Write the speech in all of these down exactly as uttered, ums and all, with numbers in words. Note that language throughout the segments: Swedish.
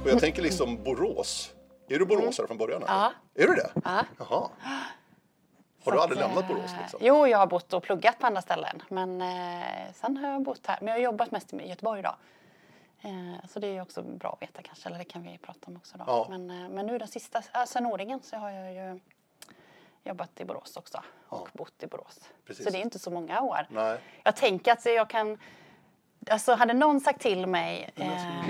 Och jag tänker liksom Borås. Är du boråsare mm. från början? Eller? Ja. Är du det? Ja. Jaha. Har du aldrig lämnat Borås? Liksom? Jo, jag har bott och pluggat på andra ställen. Men eh, sen har jag bott här. Men jag har jobbat mest i Göteborg idag. Eh, så det är ju också bra att veta kanske. Eller det kan vi prata om också då. Ja. Men, eh, men nu den sista, alltså Nordingen, så har jag ju jobbat i Borås också. Och ja. bott i Borås. Precis. Så det är inte så många år. Nej. Jag tänker att jag kan... Alltså hade någon sagt till mig... Eh,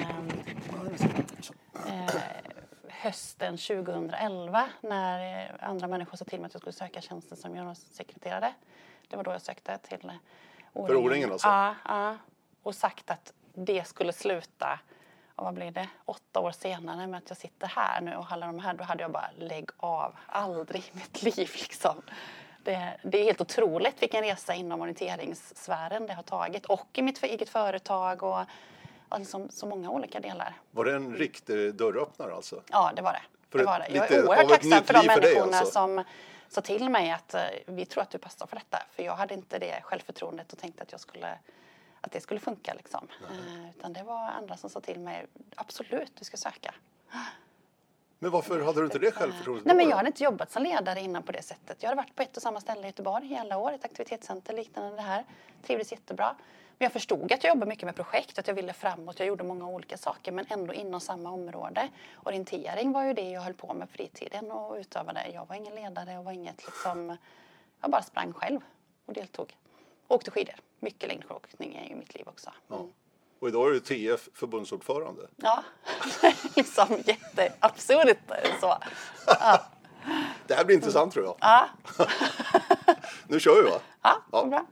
eh, hösten tjugohundraelva när andra människor sa till mig att jag skulle söka tjänsten som generalsekreterare. Det var då jag sökte till O-ringen. För O-ringen alltså? Ja, ja. Och sagt att det skulle sluta, och vad blir det, åtta år senare med att jag sitter här nu och håller de här. Då hade jag bara lägg av, aldrig i mitt liv liksom. Det, det är helt otroligt vilken resa inom orienteringssfären det har tagit. Och i mitt eget företag och alltså, så många olika delar. Var det en riktig dörröppnare alltså? Ja, det var det. För det, var det. Jag är oerhört tacksam för de människorna alltså. som sa till mig att uh, vi tror att du passar för detta. För jag hade inte det självförtroendet och tänkte att, jag skulle, att det skulle funka. Liksom. Uh, utan det var andra som sa till mig, absolut, du ska söka. Men varför hade du inte det självförtroendet? Nej, men jag hade inte jobbat som ledare innan på det sättet. Jag hade varit på ett och samma ställe i Göteborg hela år, ett aktivitetscenter liknande det här. Trivdes jättebra. Men jag förstod att jag jobbade mycket med projekt, att jag ville framåt. Jag gjorde många olika saker, men ändå inom samma område. Orientering var ju det jag höll på med fritiden och utövade. Jag var ingen ledare och var inget liksom... Jag bara sprang själv och deltog. Åkte skidor. Mycket längdskidåkning i mitt liv också. Mm. Ja. Och idag är du T F förbundsordförande. Ja, liksom jätteabsurt så. Ja. Det här blir intressant tror jag. Ja. Nu kör vi va? Ja, ja. Bra.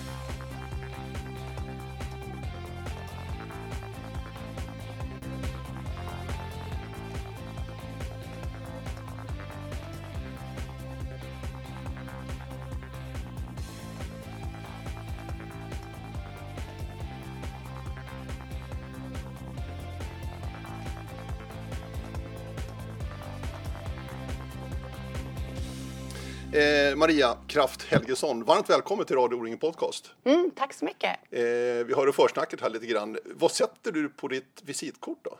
Eh, Maria Kraft Helgesson, varmt välkommen till Radio O-ringen podcast. Mm, tack så mycket. Eh, vi har ju försnacket här lite grann. Vad sätter du på ditt visitkort då?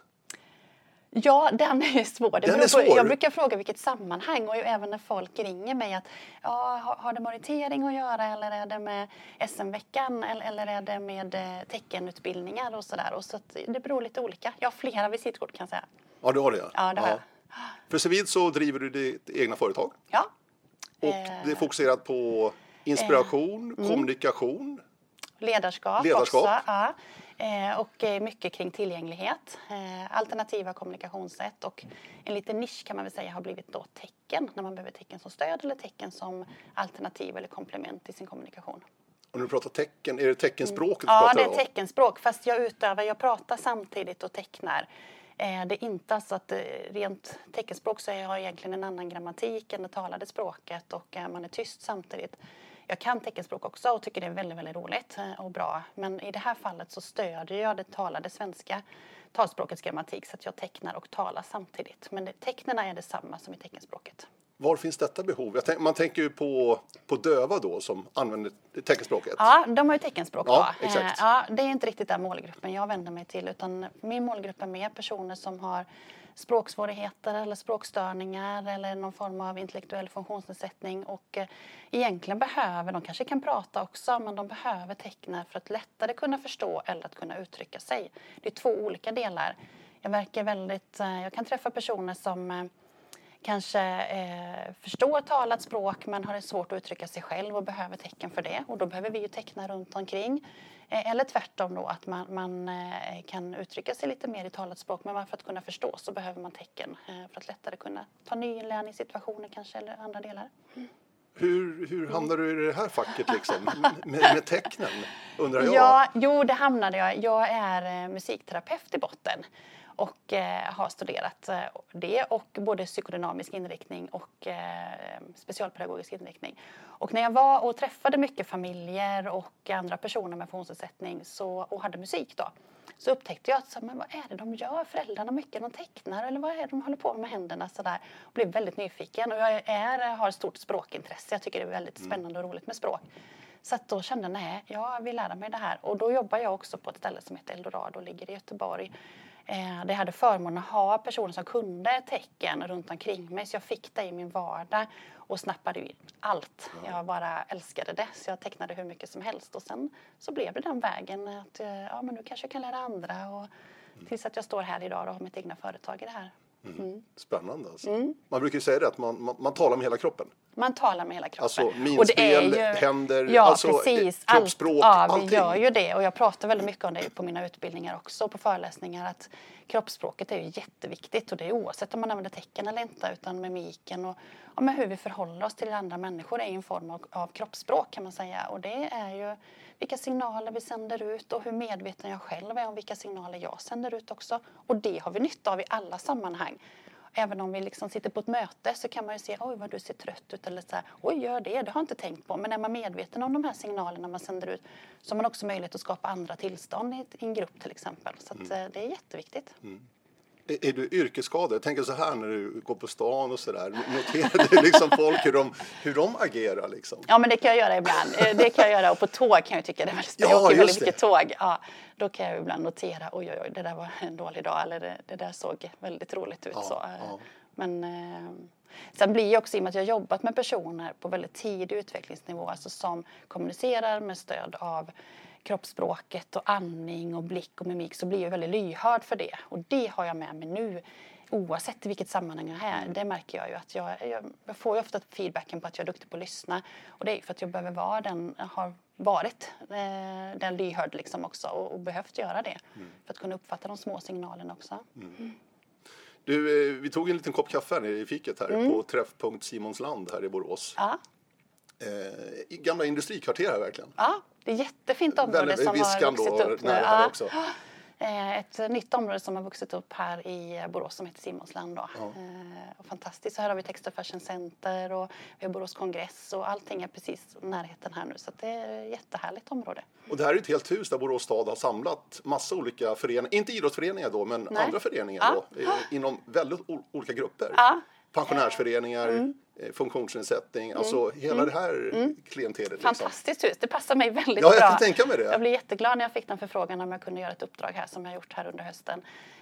Ja, den är svår. Det den är svår. Jag brukar fråga vilket sammanhang och även när folk ringer mig att ja, har, har det med orientering att göra eller är det med S M-veckan eller, eller är det med eh, teckenutbildningar och sådär. Och så att det beror lite olika. Jag har flera visitkort kan jag säga. Ja, du har det. Ja, det har ja. jag. För civilt så driver du ditt egna företag. Ja. Och det är fokuserat på inspiration, eh, mm. kommunikation. Ledarskap, Ledarskap. också. Ja. Eh, och mycket kring tillgänglighet. Eh, alternativa kommunikationssätt. Och en liten nisch kan man väl säga har blivit då tecken. När man behöver tecken som stöd eller tecken som alternativ eller komplement i sin kommunikation. Och när du pratar tecken, är det teckenspråket mm. du Ja, pratar det är teckenspråk. Fast jag utövar, jag pratar samtidigt och tecknar. Eh, det är inte alltså att eh, rent teckenspråk så har jag egentligen en annan grammatik än det talade språket. Och eh, man är tyst samtidigt. Jag kan teckenspråk också och tycker det är väldigt, väldigt roligt och bra. Men i det här fallet så stödjer jag det talade svenska talspråkets grammatik så att jag tecknar och talar samtidigt. Men det, tecknarna är detsamma som i teckenspråket. Var finns detta behov? Jag tänk, man tänker ju på, på döva då som använder teckenspråket. Ja, de har ju teckenspråk ja, då. Exakt. Ja, det är inte riktigt den målgruppen jag vänder mig till. Utan min målgrupp är mer personer som har språksvårigheter eller språkstörningar eller någon form av intellektuell funktionsnedsättning och eh, egentligen behöver, de kanske kan prata också, men de behöver teckna för att lättare kunna förstå eller att kunna uttrycka sig. Det är två olika delar. Jag verkar väldigt, eh, jag kan träffa personer som eh, kanske eh, förstår talat språk men har det svårt att uttrycka sig själv och behöver tecken för det. Och då behöver vi ju teckna runt omkring. Eh, eller tvärtom då att man, man eh, kan uttrycka sig lite mer i talat språk. Men för att kunna förstå så behöver man tecken eh, för att lättare kunna ta nyinlärning i situationer kanske eller andra delar. Mm. Hur, hur hamnade du i det här facket liksom? med, med tecknen undrar jag. Ja, jo det hamnade jag. Jag är eh, musikterapeut i botten. Och eh, har studerat eh, det och både psykodynamisk inriktning och eh, specialpedagogisk inriktning. Och när jag var och träffade mycket familjer och andra personer med funktionsnedsättning så, och hade musik då. Så upptäckte jag att så, men vad är det de gör? Föräldrarna mycket, de tecknar eller vad är det de håller på med händerna sådär. Och blev väldigt nyfiken och jag är, har ett stort språkintresse. Jag tycker det är väldigt spännande och roligt med språk. Så att då kände jag, nej, jag vill lära mig det här. Och då jobbar jag också på ett ställe som heter Eldorado och ligger i Göteborg. Eh, det hade förmånen att ha personer som kunde tecken runt omkring mig. Så jag fick det i min vardag och snappade in allt. Jag bara älskade det. Så jag tecknade hur mycket som helst. Och sen så blev det den vägen att ja, men nu kanske jag kan lära andra. Och tills att jag står här idag och har mitt egna företag i det här. Mm. Spännande alltså. Mm. Man brukar ju säga det att man, man, man talar med hela kroppen. Man talar med hela kroppen. Alltså minspel, ju, händer, ja, alltså, precis. kroppsspråk, Allt, ja, allting. vi gör ju det. Och jag pratar väldigt mycket om det på mina utbildningar också, på föreläsningar. Att kroppsspråket är ju jätteviktigt. Och det är oavsett om man använder tecken eller inte, utan mimiken och, och med hur vi förhåller oss till andra människor är en form av, av kroppsspråk kan man säga. Och det är ju vilka signaler vi sänder ut och hur medveten jag själv är om vilka signaler jag sänder ut också. Och det har vi nytta av i alla sammanhang. Även om vi liksom sitter på ett möte så kan man ju se, oj vad du ser trött ut eller så här, oj gör det, det har jag inte tänkt på. Men är man medveten om de här signalerna man sänder ut så har man också möjlighet att skapa andra tillstånd i, i en grupp till exempel. Så att, mm. det är jätteviktigt. Mm. Är, är du yrkesskadad? Jag tänker så här när du går på stan och sådär. Noterar du liksom folk hur de, hur de agerar liksom? Ja men det kan jag göra ibland. Det kan jag göra och på tåg kan jag tycka det är väldigt spännande. Ja, jag åker väldigt det. mycket tåg. Ja, då kan jag ibland notera, oj oj oj det där var en dålig dag eller det, det där såg väldigt roligt ut. Ja, så. Ja. Men eh, sen blir jag också, i och med att jag har jobbat med personer på väldigt tidig utvecklingsnivå, alltså som kommunicerar med stöd av kroppsspråket och andning och blick och mimik, så blir jag väldigt lyhörd för det. Och det har jag med mig nu, oavsett i vilket sammanhang jag är. Det märker jag ju att jag, jag, jag får ju ofta feedbacken på att jag är duktig på att lyssna. Och det är för att jag behöver vara den, har varit eh, den lyhörd liksom också och, och behövt göra det. Mm. För att kunna uppfatta de små signalerna också. Mm. Mm. Du, vi tog en liten kopp kaffe här i fiket här mm. på Träffpunkt Simonsland här i Borås. Ja. Eh, I gamla industrikvarter här verkligen. Ja, det är jättefint område som har vuxit upp nu. Ja. Också. Ett nytt område som har vuxit upp här i Borås som heter Simonsland. Då. Ja. Och fantastiskt. Så här har vi Textile Fashion Center och vi har Borås kongress och allting är precis i närheten här nu. Så det är ett jättehärligt område. Och det här är ett helt hus där Borås stad har samlat massa olika föreningar, inte idrottsföreningar då, men Nej. andra föreningar ja. då, inom väldigt olika grupper. Ja. Pensionärsföreningar, mm. funktionsnedsättning, mm. alltså hela mm. det här mm. klientelet. Liksom. Fantastiskt hus, det passar mig väldigt ja, bra. Jag kan tänka mig det. Jag blev jätteglad när jag fick den förfrågan om jag kunde göra ett uppdrag här som jag har gjort här under hösten.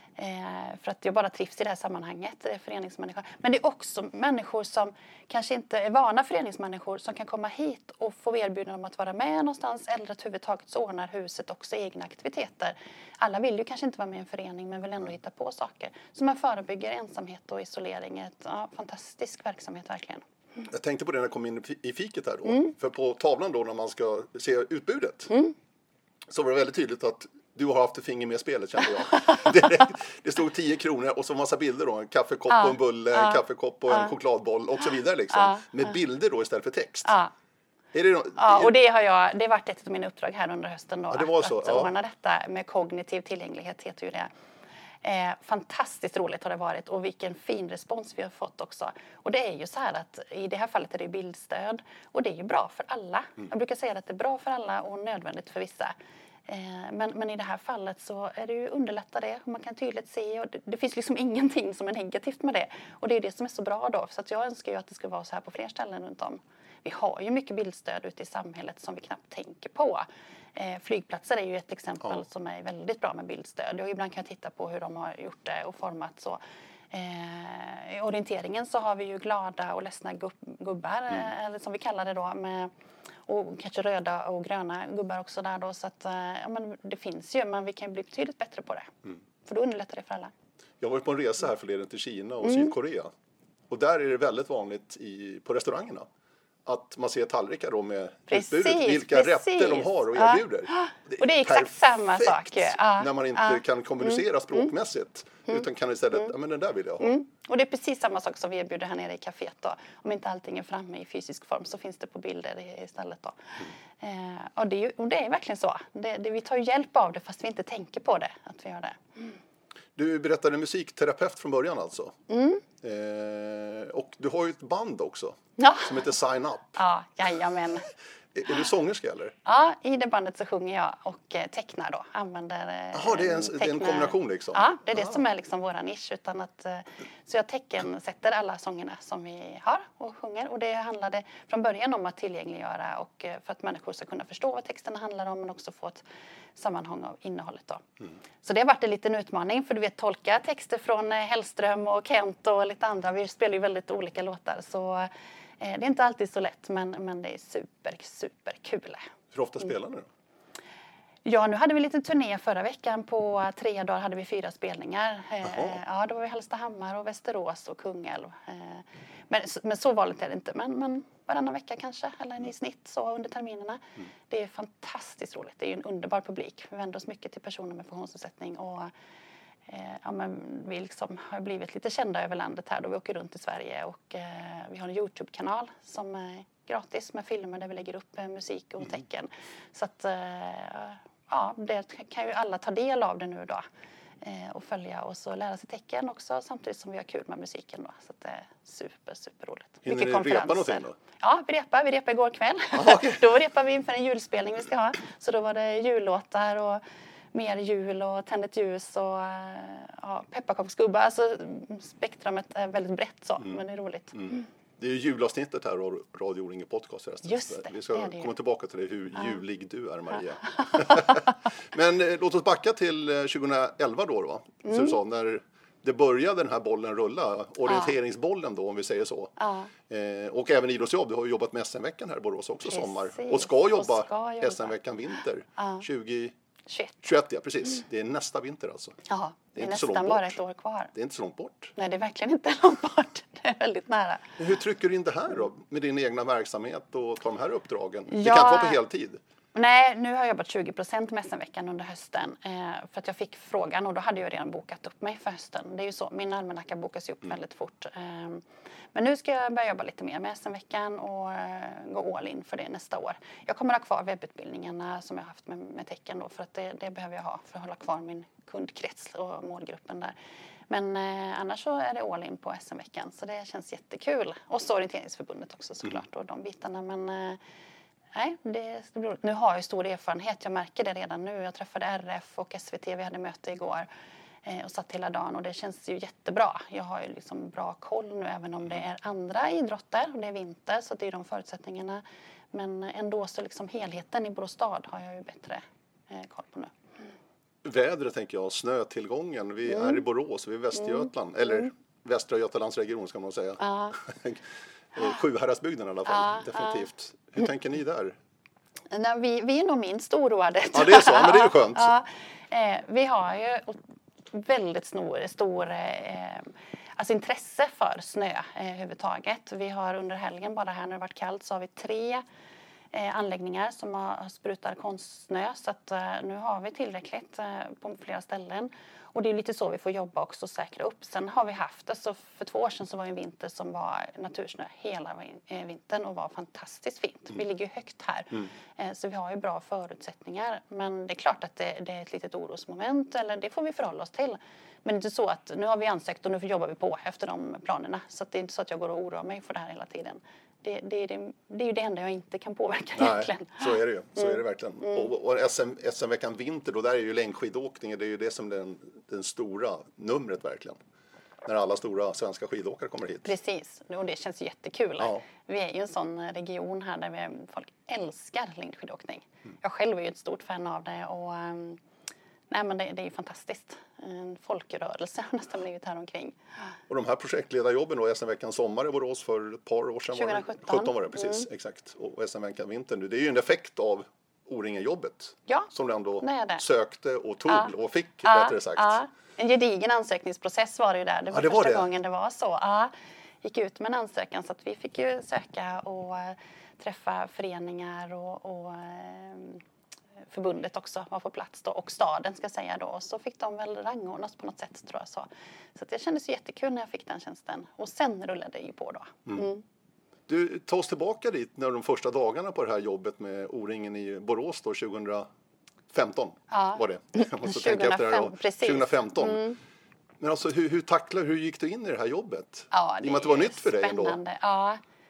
Eh, för att jag bara trivs i det här sammanhanget, eh, föreningsmänniskor. Men det är också människor som kanske inte är vana föreningsmänniskor som kan komma hit och få erbjudande om att vara med någonstans eller att huvudtaget så ordnar huset också egna aktiviteter. Alla vill ju kanske inte vara med i en förening men vill ändå hitta på saker. Så man förebygger ensamhet och isolering. Ett, ja, fantastisk verksamhet verkligen. Mm. Jag tänkte på det när jag kom in i fiket här då. Mm. För på tavlan då när man ska se utbudet mm. så var det väldigt tydligt att du har haft ett finger med i spelet kände jag. det, det stod tio kronor och så en massa bilder då. En kaffekopp ja. och en bulle, ja. en kaffekopp och ja. en chokladboll och så vidare liksom. Ja. Med bilder då istället för text. Ja. Är det no- ja, och det har jag, det har varit ett av mina uppdrag här under hösten då. Ja, det var att, så. att ja. ordna detta med kognitiv tillgänglighet heter ju det. Eh, fantastiskt roligt har det varit och vilken fin respons vi har fått också. Och det är ju så här att i det här fallet är det bildstöd och det är ju bra för alla. Mm. Jag brukar säga att det är bra för alla och nödvändigt för vissa. Men, men i det här fallet så är det ju underlättar det. Man kan tydligt se och det, det finns liksom ingenting som är negativt med det. Och det är det som är så bra då. Så att jag önskar ju att det ska vara så här på fler ställen runt om. Vi har ju mycket bildstöd ute i samhället som vi knappt tänker på. Eh, flygplatser är ju ett exempel ja. som är väldigt bra med bildstöd. Och ibland kan jag titta på hur de har gjort det och format så. Eh, I orienteringen så har vi ju glada och ledsna gubb, gubbar, mm. eh, eller som vi kallar det då, med och kanske röda och gröna gubbar också där då. Så att, ja, men det finns ju, men vi kan bli betydligt bättre på det. Mm. För då underlättar det för alla. Jag har varit på en resa här förleden till Kina och mm. Sydkorea. Och där är det väldigt vanligt i, på restaurangerna att man ser tallrikar då med precis, utbudet, vilka precis. rätter de har och erbjuder. Ja. Det och det är exakt samma sak. Ja. När man inte ja. kan kommunicera mm. språkmässigt mm. utan kan istället, mm. ja men den där vill jag ha. Mm. Och det är precis samma sak som vi erbjuder här nere i kaféet då. Om inte allting är framme i fysisk form så finns det på bilder istället då. Mm. Eh, och, det är ju, och det är verkligen så. Det, det, vi tar hjälp av det fast vi inte tänker på det, att vi gör det. Mm. Du berättade musikterapeut från början alltså. Mm. Eh, och du har ju ett band också. Ja. Som heter Sign Up. Ja, jajamän. Är du sångerska eller? Ja, i det bandet så sjunger jag och eh, tecknar då. Använder, eh, Jaha, det är en, tecknar... det är en kombination liksom? Ja, det är det ah. som är liksom våra nisch. Utan att, eh, så jag teckensätter alla sångerna som vi har och sjunger. Och det handlade från början om att tillgängliggöra och eh, för att människor ska kunna förstå vad texterna handlar om men också få ett sammanhang av innehållet då. Mm. Så det har varit en liten utmaning för du vet tolka texter från eh, Hellström och Kent och lite andra. Vi spelar ju väldigt olika låtar så eh, det är inte alltid så lätt men, men det är super, super kul. Hur ofta spelar ni då? Ja, nu hade vi en liten turné förra veckan. På tre dagar hade vi fyra spelningar. Eh, ja, då var vi Hallstahammar och Västerås och Kungälv. Eh, men, men så vanligt är det inte. Men, men varannan vecka kanske, eller i snitt så under terminerna. Mm. Det är fantastiskt roligt. Det är ju en underbar publik. Vi vänder oss mycket till personer med funktionsnedsättning. Och eh, ja, men vi liksom har blivit lite kända över landet här då vi åker runt i Sverige. Och eh, vi har en YouTube-kanal som är gratis med filmer där vi lägger upp eh, musik och tecken. Mm. Så att... Eh, Ja, det kan ju alla ta del av det nu då eh, och följa och så lära sig tecken också samtidigt som vi har kul med musiken då. Så att det är super, super roligt. Hinner ni repa någonting då? Ja, vi repar. Vi repar igår kväll. Ah, okay. Då repar vi inför en julspelning vi ska ha. Så då var det jullåtar och mer jul och tänd ett ljus och ja, pepparkaksgubbar. Alltså spektrumet är väldigt brett så, mm. men det är roligt. Mm. Det är ju julavsnittet här och Radio O-ringen podcast. Just det, vi ska det det. komma tillbaka till det, hur ja. julig du är, Maria. Men eh, låt oss backa till eh, tjugoelva då, då mm. som du sa, när det började den här bollen rulla. Orienteringsbollen då, om vi säger så. Ja. Eh, och även idrottsjobb, du har ju jobbat med S M-veckan här i Borås också. Precis. Sommar. Och ska jobba, och ska jobba. S M-veckan vinter. Ja. tjugo tjugoett. tjugoett, ja precis. Mm. Det är nästa vinter alltså. Ja, det är, det är nästan bara ett år kvar. Det är inte så långt bort. Nej, det är verkligen inte långt bort. Det är väldigt nära. Men hur trycker du in det här då? Med din egna verksamhet och ta de här uppdragen? Ja, det kan inte vara på heltid. Nej, nu har jag jobbat tjugo procent med S M-veckan under hösten. Eh, för att jag fick frågan och då hade jag redan bokat upp mig för hösten. Det är ju så, min almanacka bokas ju upp mm. väldigt fort. Eh, men nu ska jag börja jobba lite mer med S M-veckan och eh, gå all in för det nästa år. Jag kommer ha kvar webbutbildningarna som jag har haft med, med tecken då. För att det, det behöver jag ha för att hålla kvar min kundkrets och målgruppen där. Men eh, annars så är det all in på S M-veckan. Så det känns jättekul. Och så Orienteringsförbundet också såklart. Mm. Och de bitarna. Men eh, nej, det är roligt. Nu har jag stor erfarenhet. Jag märker det redan nu. Jag träffade R F och S V T. Vi hade möte igår. Eh, och satt hela dagen. Och det känns ju jättebra. Jag har ju liksom bra koll nu. Även om det är andra idrotter. Och det är vinter. Så det är de förutsättningarna. Men ändå så liksom helheten i Borås stad har jag ju bättre eh, koll på nu. Vädret tänker jag, snötillgången. Vi mm. är i Borås, vi är i Västergötland. Mm. Eller mm. Västra Götalandsregion ska man säga. Ja. Sjuhäradsbygden i alla fall, ja, definitivt. Ja. Hur tänker ni där? Nej, vi, vi är nog minst oroade. Ja, det är så, men det är ju skönt. Ja, eh, vi har ju väldigt stor, stor eh, alltså intresse för snö eh, överhuvudtaget. Vi har under helgen, bara här när det varit kallt, så har vi tre Eh, anläggningar som har sprutar konstsnö så att eh, nu har vi tillräckligt eh, på flera ställen och det är lite så vi får jobba också och säkra upp. Sen har vi haft, alltså för två år sedan så var det en vinter som var natursnö hela vin- vintern och var fantastiskt fint. Mm. Vi ligger högt här mm. eh, så vi har ju bra förutsättningar men det är klart att det, det är ett litet orosmoment eller det får vi förhålla oss till. Men det är inte så att nu har vi ansökt och nu jobbar vi på efter de planerna så att det är inte så att jag går och oroar mig för det här hela tiden. Det, det, det, det är ju det enda jag inte kan påverka. Nej, egentligen. Så är det ju. Så mm. är det verkligen. Mm. Och, och S M, S M-veckan vinter, då där är ju längdskidåkningen, det är ju det som är den, den stora numret verkligen. När alla stora svenska skidåkare kommer hit. Precis, och det känns jättekul. Ja. Vi är ju en sån region här där vi, folk älskar längdskidåkning. Mm. Jag själv är ju ett stort fan av det och um, nej, men det, det är ju fantastiskt. En folkrörelse har nästan blivit här omkring. Och de här projektledarjobben då, S M-veckan sommar i Borås för ett par år sedan. tjugohundrasjutton. Var det, sjutton var det, precis, mm. exakt. Och S M-veckan vinter nu. Det är ju en effekt av O-ringen-jobbet. Ja, som du ändå det är det. sökte och tog ja. och fick, ja. rättare sagt. Ja. En gedigen ansökningsprocess var det ju där. Det var, ja, det var första det. gången det var så. Ja. Gick ut med en ansökan så att vi fick ju söka och äh, träffa föreningar och, och äh, förbundet också var på plats då och staden ska jag säga då och så fick de väl rangordnas på något sätt tror jag så. Så att det kändes jättekul när jag fick den tjänsten och sen rullade det ju på då. Mm. Mm. Du, ta oss tillbaka dit när de första dagarna på det här jobbet med O-ringen i Borås då tjugohundrafemton ja. var det. Jag måste tänka efter det här då. tjugohundrafemton. Mm. Men alltså hur, hur tacklar, hur gick du in i det här jobbet? Ja, det I och med att det var nytt för dig ändå. Ja.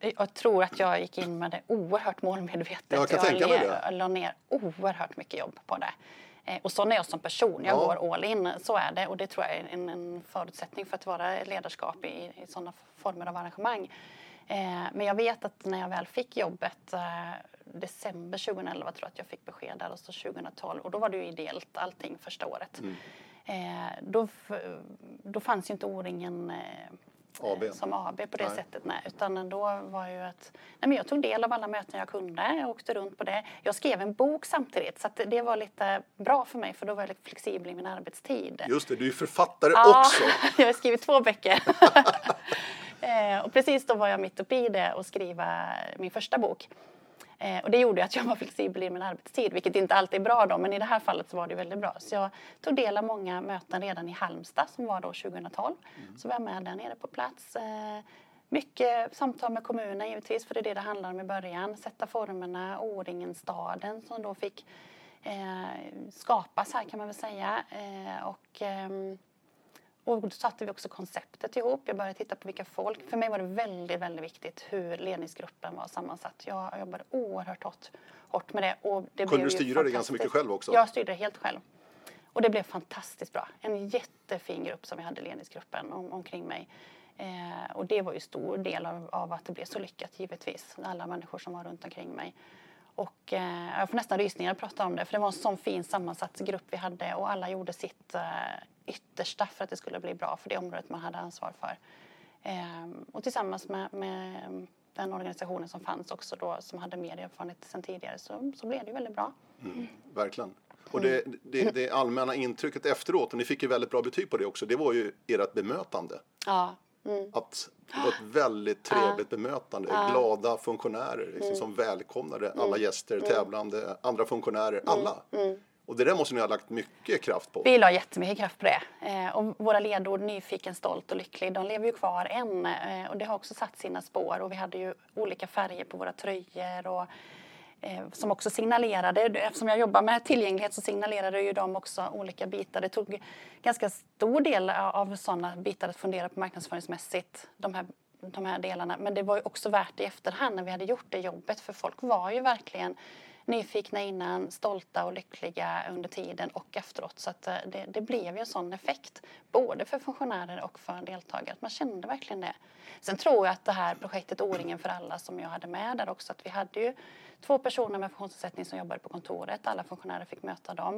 Jag tror att jag gick in med det oerhört målmedvetet. Jag kan jag tänka mig le- det. Jag la ner oerhört mycket jobb på det. Eh, och så är jag som person. Jag Ja. går all in. Så är det. Och det tror jag är en, en förutsättning för att vara ledarskap i, i sådana former av arrangemang. Eh, men jag vet att när jag väl fick jobbet, eh, december tjugoelva tror jag att jag fick besked där, och så tjugotolv. Och då var det ju ideellt allting första året. Mm. Eh, då, f- då fanns ju inte O-ringen eh, A B. som A B på det Nej. sättet. Nej. Utan då var ju att nej, men jag tog del av alla möten jag kunde. Jag åkte runt på det. Jag skrev en bok samtidigt, så att det var lite bra för mig, för då var jag lite flexibel i min arbetstid. Just det, du är ju författare Ja, också. jag har skrivit två böcker. eh, och precis då var jag mitt uppe i det och skriva min första bok. Eh, och det gjorde att jag var flexibel i min arbetstid, vilket inte alltid är bra då, men i det här fallet så var det väldigt bra. Så jag tog del av många möten redan i Halmstad som var då tjugotolv. Mm. Så var jag med där nere på plats. Eh, mycket samtal med kommunen givetvis, för det är det det handlar om i början. Sätta formerna, O-ringen staden som då fick eh, skapas här kan man väl säga. Eh, och... Ehm, Och då satte vi också konceptet ihop. Jag började titta på vilka folk. För mig var det väldigt, väldigt viktigt hur ledningsgruppen var sammansatt. Jag jobbade oerhört hårt, hårt med det. Och det Kunde blev du styra det ganska mycket själv också? Jag styrde det helt själv. Och det blev fantastiskt bra. En jättefin grupp som jag hade i ledningsgruppen om, omkring mig. Eh, och det var ju stor del av, av att det blev så lyckat givetvis. Alla människor som var runt omkring mig. Och eh, jag får nästan rysningar att prata om det. För det var en sån fin sammansatt grupp vi hade. Och alla gjorde sitt eh, yttersta för att det skulle bli bra för det området man hade ansvar för. Eh, och tillsammans med, med den organisationen som fanns också då, som hade mer erfarenhet sedan tidigare, så, så blev det ju väldigt bra. Mm, verkligen. Och det, det, det allmänna intrycket efteråt, och ni fick ju väldigt bra betyg på det också, det var ju ert bemötande. Ja. Mm. Att det var ett väldigt trevligt ja. bemötande. Ja. Glada funktionärer liksom, mm. som välkomnade alla mm. gäster, tävlande, andra funktionärer, mm. alla. Mm. Och det där måste ni ha lagt mycket kraft på. Vi la jättemycket kraft på det. Eh, och våra ledord, nyfiken, stolt och lycklig, de lever ju kvar än. Eh, och det har också satt sina spår. Och vi hade ju olika färger på våra tröjor och eh, som också signalerade, eftersom jag jobbar med tillgänglighet så signalerade ju de också olika bitar. Det tog ganska stor del av sådana bitar att fundera på marknadsföringsmässigt, de här, de här delarna. Men det var ju också värt i efterhand när vi hade gjort det jobbet, för folk var ju verkligen nyfikna innan, stolta och lyckliga under tiden och efteråt. Så att det, det blev ju en sån effekt, både för funktionärer och för deltagare. Att man kände verkligen det. Sen tror jag att det här projektet O-ringen för alla som jag hade med där också, att vi hade ju två personer med funktionsnedsättning som jobbade på kontoret. Alla funktionärer fick möta dem.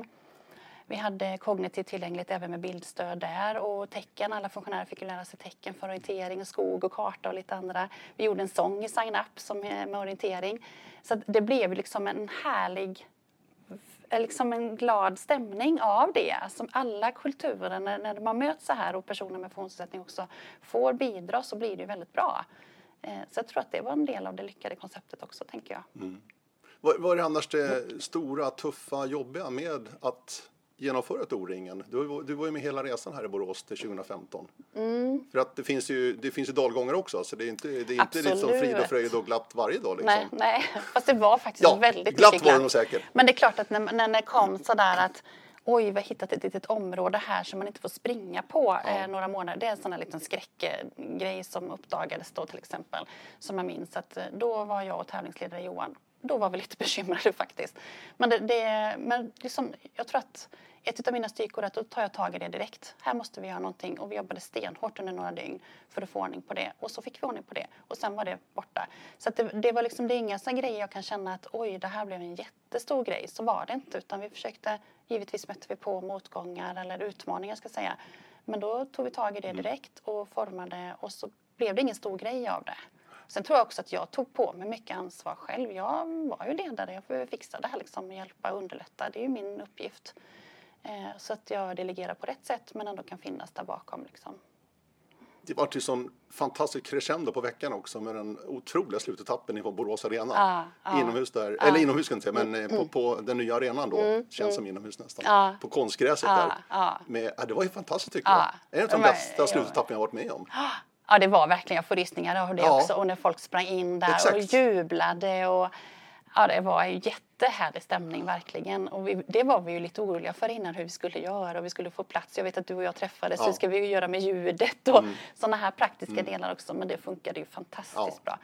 Vi hade kognitiv tillgänglighet även med bildstöd där, och tecken. Alla funktionärer fick lära sig tecken för orientering, skog och karta och lite andra. Vi gjorde en sång i Sign Up som med orientering. Så det blev liksom en härlig, liksom en glad stämning av det. Alltså alla kulturer, när, när man möts så här och personer med funktionsnedsättning också får bidra, så blir det väldigt bra. Så jag tror att det var en del av det lyckade konceptet också, tänker jag. Mm. Vad, vad är annars det stora, tuffa, jobbiga med att genomföra ett O-ringen? Du, du var ju med hela resan här i Borås till tjugohundrafemton. Mm. För att det finns ju, det finns ju dalgångar också, så det är inte, det är inte liksom frid och fröjd och glatt varje dag. Liksom. Nej, nej, fast det var faktiskt ja, väldigt glatt mycket var det nog säkert. Men det är klart att när, när det kom sådär att oj, vi har hittat ett litet område här som man inte får springa på ja. eh, några månader. Det är en sån här liten skräckgrej som uppdagades då till exempel. Som jag minns att då var jag och tävlingsledare Johan. Då var vi lite bekymrade faktiskt. Men, det, det, men liksom, jag tror att ett av mina styrkor är att då tar jag tag i det direkt. Här måste vi göra någonting, och vi jobbade stenhårt under några dygn för att få ordning på det. Och så fick vi ordning på det, och sen var det borta. Så att det, det var liksom, det är inga sådana grejer jag kan känna att oj, det här blev en jättestor grej. Så var det inte, utan vi försökte, givetvis mötte vi på motgångar eller utmaningar ska jag säga. Men då tog vi tag i det direkt och formade, och så blev det ingen stor grej av det. Sen tror jag också att jag tog på mig mycket ansvar själv. Jag var ju ledare, jag får fixa det här liksom, hjälpa och underlätta. Det är ju min uppgift. Eh, så att jag delegerar på rätt sätt, men ändå kan finnas där bakom. Liksom. Det var till sån fantastisk crescendo på veckan också med den otroliga slutetappen på Borås Arena. Ah, ah, inomhus där, ah, eller inomhus kan jag inte säga, men mm, på, på den nya arenan då. Mm, Känns mm. som inomhus nästan. Ah, på konstgräset ah, där. Ah, med, ja, det var ju fantastiskt tycker ah, jag. En av de bästa slutetappen jag har varit med om. Ja, det var verkligen, jag får rysningar av det ja. också. Och när folk sprang in där Exakt. och jublade. Och, ja, det var ju jättehärlig stämning verkligen. Och vi, det var vi ju lite oroliga för innan hur vi skulle göra. Och vi skulle få plats. Jag vet att du och jag träffades. Ja. Hur ska vi göra med ljudet och mm. sådana här praktiska mm. delar också. Men det funkade ju fantastiskt ja. bra.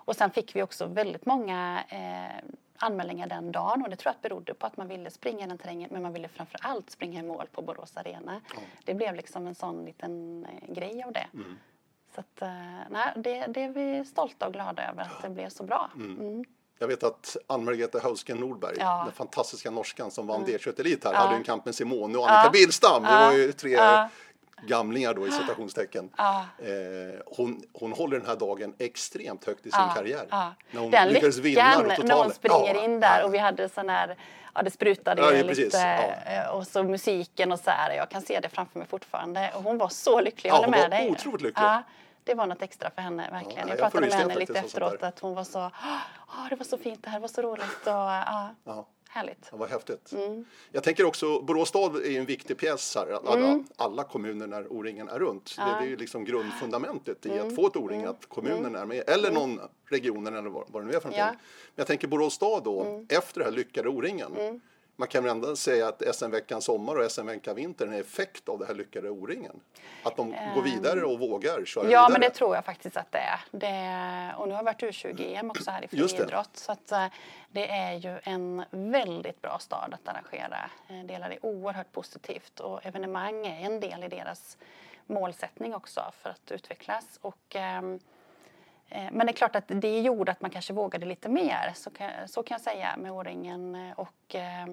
Och sen fick vi också väldigt många eh, anmälningar den dagen. Och det tror jag att berodde på att man ville springa den terrängen. Men man ville framför allt springa i mål på Borås Arena. Mm. Det blev liksom en sån liten eh, grej av det. Mm. Så att, eh, nej, det, det är vi stolta och glada över att det blev så bra. Mm. Mm. Jag vet att Ann-Margrethe Hausken Nordberg, ja. den fantastiska norskan som vann mm. D tjugoett Elit här, ja. hade en kamp med Simone och Annika ja. Billstam. Det ja. var ju tre ja. gamlingar då i citationstecken. Ja. Eh, hon, hon håller den här dagen extremt högt i sin ja. karriär. Ja. När hon den lyckas vinna totalt. När hon springer ja. in där och vi hade sån här, ja det sprutade ja, lite precis. Ja. och så musiken och så här. Jag kan se det framför mig fortfarande. Och hon var så lycklig, jag håller ja, med dig. Hon var otroligt lycklig. Ja. Det var något extra för henne, verkligen. Ja, jag, jag pratade med henne lite efteråt att hon var så, åh, det var så fint det här, det var så roligt och ja, ja. härligt. Det var häftigt. Mm. Jag tänker också, Borås stad är ju en viktig pjäs här. Alla, mm. alla kommuner när O-ringen är runt. Ja. Det, det är ju liksom grundfundamentet i mm. att få ett O-ring, mm. att kommunen mm. är med. Eller mm. någon regionen eller vad, vad det nu är för någonting. Ja. Men jag tänker Borås stad då, mm. efter det här lyckade O-ringen. Mm. Man kan väl ändå säga att S M-veckan sommar och S M-veckan vinter är en effekt av det här lyckade O-ringen. Att de um, går vidare och vågar köra Ja, vidare. Men det tror jag faktiskt att det är. Det, och nu har vi varit U tjugo E M också här i friidrott. Så att, uh, det är ju en väldigt bra stad att arrangera. Uh, delar är oerhört positivt. Och evenemang är en del i deras målsättning också för att utvecklas. Och... Um, Men det är klart att det gjorde att man kanske vågade lite mer, så kan, så kan jag säga med O-ringen. Och,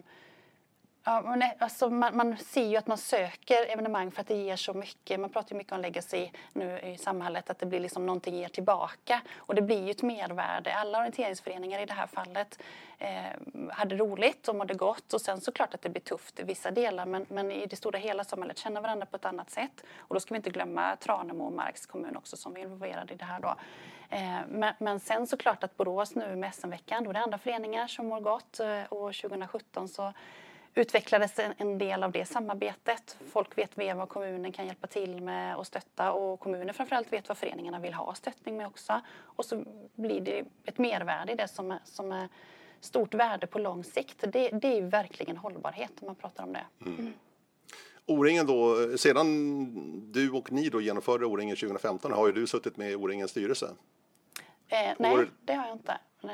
ja, men alltså man, man ser ju att man söker evenemang för att det ger så mycket. Man pratar ju mycket om legacy nu i samhället, att det blir liksom någonting ger tillbaka. Och det blir ju ett mervärde. Alla orienteringsföreningar i det här fallet eh, hade roligt och mådde gott. Och sen såklart att det blir tufft i vissa delar. Men, men i det stora hela samhället känner varandra på ett annat sätt. Och då ska vi inte glömma Tranemo och Marks kommun också som är involverade i det här då. Men, men sen såklart att Borås nu med S M-veckan, då är det andra föreningar som mår gott. Och tjugohundrasjutton så utvecklades en, en del av det samarbetet. Folk vet mer vad kommunen kan hjälpa till med och stötta. Och kommunen framförallt vet vad föreningarna vill ha stöttning med också. Och så blir det ett mervärde i det som är, som är stort värde på lång sikt. Det, det är ju verkligen hållbarhet om man pratar om det. Mm. Mm. O-ringen då, sedan du och ni då genomförde O-ringen tjugohundrafemton har ju du suttit med i O-ringens styrelse. Eh, nej, År... det har jag inte. Eh,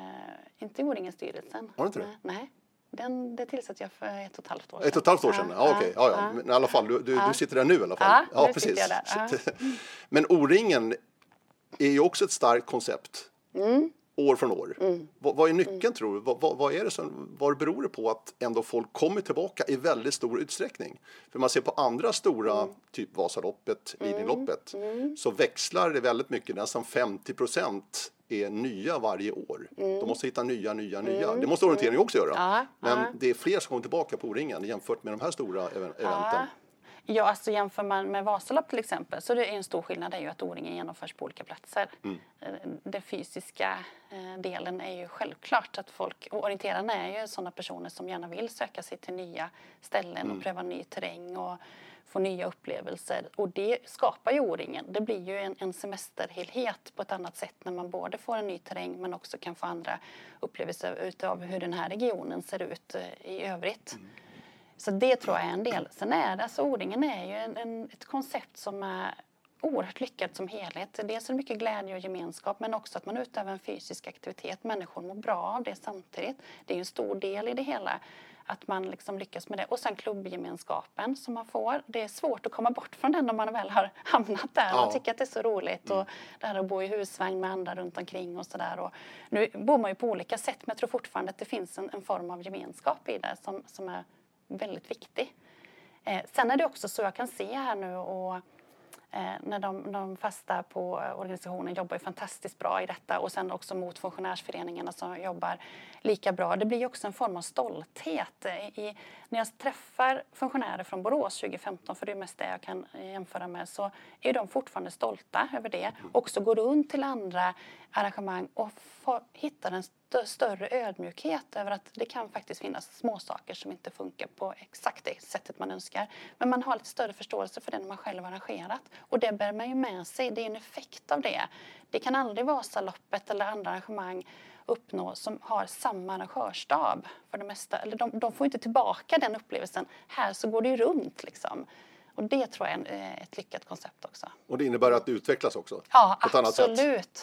inte i O-ringens styrelsen. Har du inte det? Nej. nej. Den, det tillsatte jag för ett och ett halvt år sedan. Ett och ett halvt år sedan? Ja, ja okej. Ja, ja. Men i alla fall, du, du, ja. du sitter där nu i alla fall. Ja, ja precis. Sitter jag där. Ja. Men O-ringen är ju också ett starkt koncept. Mm. År från år. Mm. Vad, vad är nyckeln mm. tror du? Vad, vad, vad är det som, vad beror det på att ändå folk kommer tillbaka i väldigt stor utsträckning? För man ser på andra stora, mm. typ Vasaloppet, Lidingöloppet, mm. så växlar det väldigt mycket. Nästan femtio procent är nya varje år. Mm. De måste hitta nya, nya, nya. Mm. Det måste orientering också göra. Ja, Men ja. det är fler som kommer tillbaka på O-ringen jämfört med de här stora eventen. Ja. Ja, alltså jämför man med Vasalopp till exempel så det är en stor skillnad är ju att O-ringen genomförs på olika platser. Mm. Den fysiska delen är ju självklart att folk, och orienterarna är ju sådana personer som gärna vill söka sig till nya ställen mm. och pröva ny terräng och få nya upplevelser. Och det skapar ju O-ringen. Det blir ju en, en semesterhelhet på ett annat sätt när man både får en ny terräng men också kan få andra upplevelser utav hur den här regionen ser ut i övrigt. Mm. Så det tror jag är en del. Sen är det, alltså O-ringen är ju en, en, ett koncept som är oerhört lyckat som helhet. Dels är det mycket glädje och gemenskap men också att man utövar en fysisk aktivitet. Människor mår bra av det samtidigt. Det är en stor del i det hela att man liksom lyckas med det. Och sen klubbgemenskapen som man får. Det är svårt att komma bort från den om man väl har hamnat där. Ja. Man tycker att det är så roligt. Mm. Och det här att bo i husvagn med andra runt omkring och sådär. Nu bor man ju på olika sätt men jag tror fortfarande att det finns en, en form av gemenskap i det som, som är väldigt viktig. Eh, sen är det också så jag kan se här nu och eh, när de, de fasta på organisationen jobbar ju fantastiskt bra i detta och sen också mot funktionärsföreningarna som jobbar lika bra. Det blir ju också en form av stolthet. I, när jag träffar funktionärer från Borås tjugohundrafemton, för det är mest det jag kan jämföra med, så är de fortfarande stolta över det. Också går runt till andra arrangemang och får, hittar en st- större ödmjukhet över att det kan faktiskt finnas små saker som inte funkar på exakt det sättet man önskar. Men man har lite större förståelse för det när man själv har arrangerat. Och det bär man ju med sig. Det är en effekt av det. Det kan aldrig vara Vasaloppet eller andra arrangemang uppnå som har samma arrangörsstab för det mesta. Eller de, de får inte tillbaka den upplevelsen. Här så går det ju runt liksom. Och det tror jag är en, ett lyckat koncept också. Och det innebär att det utvecklas också? Ja, på ett absolut. Annat sätt.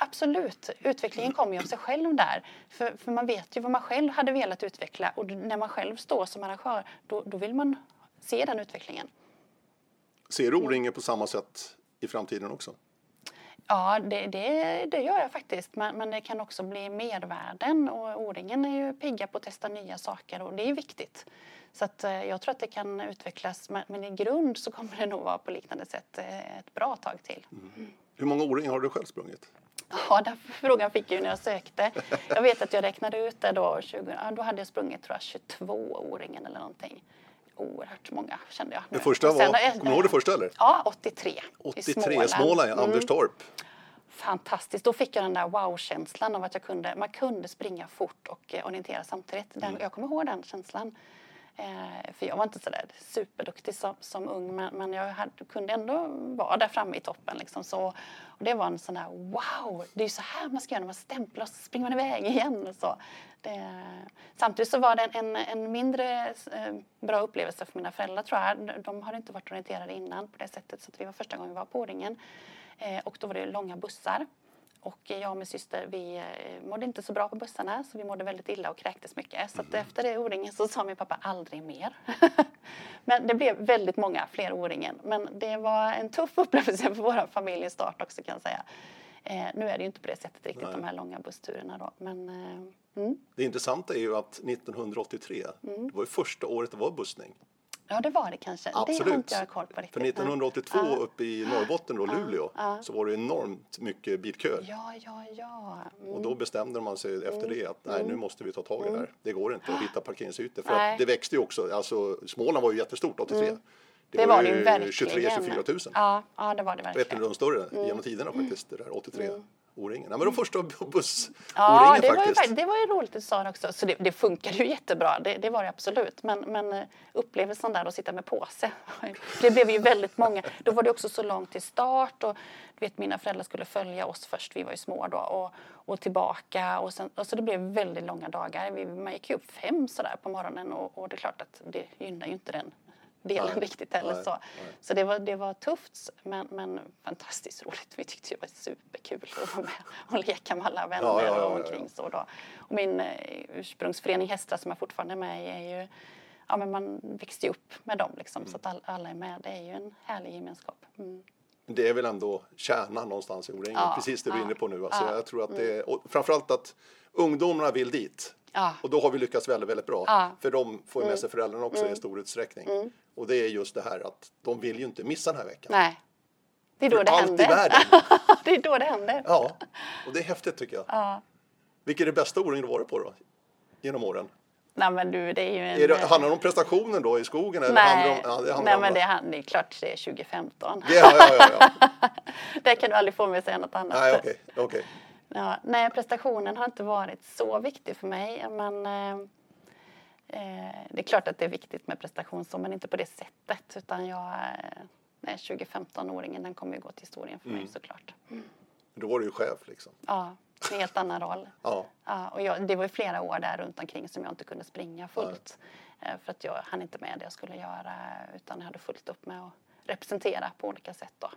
absolut. Utvecklingen kommer ju av sig själv där. För, för man vet ju vad man själv hade velat utveckla. Och när man själv står som arrangör, då, då vill man se den utvecklingen. Ser du O-ringen på samma sätt i framtiden också? Ja, det, det, det gör jag faktiskt. Men, men det kan också bli mervärden. Och O-ringen är ju pigga på att testa nya saker och det är ju viktigt. Så att, eh, jag tror att det kan utvecklas. Men, men i grund så kommer det nog vara på liknande sätt eh, ett bra tag till. Mm. Hur många O-ringar har du själv sprungit? Ja, den frågan fick jag ju när jag sökte. Jag vet att jag räknade ut det då. tjugo, ja, då hade jag sprungit tror jag, tjugotvå O-ringen eller någonting. Oerhört många kände jag. Det första var, kommer du ihåg det första eller? Ja, åttiotre. åttiotre, i Småland, Småland ja. Mm. Anderstorp. Fantastiskt. Då fick jag den där wow-känslan av att jag kunde, man kunde springa fort och eh, orientera samtidigt. Den, mm. Jag kommer ihåg den känslan. Eh, för jag var inte så där superduktig som, som ung, men, men jag hade, kunde ändå vara där framme i toppen. Liksom, så, och det var en sån där wow, det är ju så här man ska göra när man stämplar och så springer man iväg igen. Och så. Det, samtidigt så var det en, en, en mindre eh, bra upplevelse för mina föräldrar tror jag. De hade inte varit orienterade innan på det sättet, så att vi var första gången vi var på O-ringen. Eh, och då var det långa bussar. Och jag och min syster, vi eh, mådde inte så bra på bussarna, så vi mådde väldigt illa och kräktes mycket. Så att efter det O-ringen så sa min pappa aldrig mer. Men det blev väldigt många fler O-ringen. Men det var en tuff upplevelse för vår familj i start också kan jag säga. Eh, nu är det ju inte på det sättet riktigt, Nej. de här långa bussturerna då. Men, eh, mm. Det intressanta är ju att nittonhundraåttiotre, mm. det var ju första året det var bussning. Ja, det var det kanske. Absolut. Det har inte jag koll på riktigt. För nittonhundraåttiotvå ja. uppe i Norrbotten och Luleå ja. så var det enormt mycket bilköer. Ja, ja, ja. Mm. Och då bestämde man sig efter det att nej, nu måste vi ta tag i det här. Det går inte att hitta parkeringsytor. För nej. att det växte ju också. Alltså, Småland var ju jättestort åttiotre. Mm. Det, det var, var ju det ju verkligen. tjugotre till tjugofyra tusen. Ja, ja, det var det verkligen. Ett av de större mm. genom tiderna faktiskt, det där åttiotre. Mm. O-ringen. Nej, men de första buss ja, O-ringen det faktiskt. Var ju, det var ju roligt att sa också. Så det, det funkade ju jättebra. Det, det var det absolut. Men, men upplevelsen där att sitta med påse. Det blev ju väldigt många. Då var det också så långt till start. Och du vet, mina föräldrar skulle följa oss först. Vi var ju små då. Och, och tillbaka. Och sen, och så det blev väldigt långa dagar. Vi, man gick ju upp fem sådär på morgonen. Och, och det är klart att det gynnar ju inte den delen nej, riktigt heller nej, så. Nej. Så det var, det var tufft men, men fantastiskt roligt. Vi tyckte det var superkul att vara med och leka med alla vänner ja, ja, ja, och omkring så då. Och min eh, ursprungsförening Hästra som jag fortfarande är med i är ju, ja men man växte ju upp med dem liksom mm. så att all, alla är med. Det är ju en härlig gemenskap. Mm. Det är väl ändå kärnan någonstans i O-ringen, ja, precis det ja, du är inne på nu. Alltså ja, jag tror att det är, och framförallt att ungdomarna vill dit. Ja. Och då har vi lyckats väldigt, väldigt bra. Ja. För de får med mm. sig föräldrarna också mm. i stor utsträckning. Mm. Och det är just det här att de vill ju inte missa den här veckan. Nej, det är då för det allt händer. I världen. Det är då det händer. Ja, och det är häftigt tycker jag. Ja. Vilket är det bästa O-ringen du varit på då? Genom åren? Nej men du, det är ju en... Är det, handlar det om prestationen då i skogen? Eller nej, handlar om, ja, det handlar nej om men det, hand, det är klart det är tjugo femton. Det, ja, ja, ja, ja. Det kan du aldrig få mig att säga något annat. Nej, okej. Okay, okay. Ja, nej, prestationen har inte varit så viktig för mig. Men eh, det är klart att det är viktigt med prestation så, men inte på det sättet. Utan jag, nej, tjugo femton-åringen den kommer ju gå till historien för mm. mig såklart. Mm. Då var du ju chef liksom. Ja, en helt annan roll. Ja. Ja, och jag, det var ju flera år där runt omkring som jag inte kunde springa fullt. Nej. För att jag hann inte med det jag skulle göra. Utan jag hade fullt upp med att representera på olika sätt då.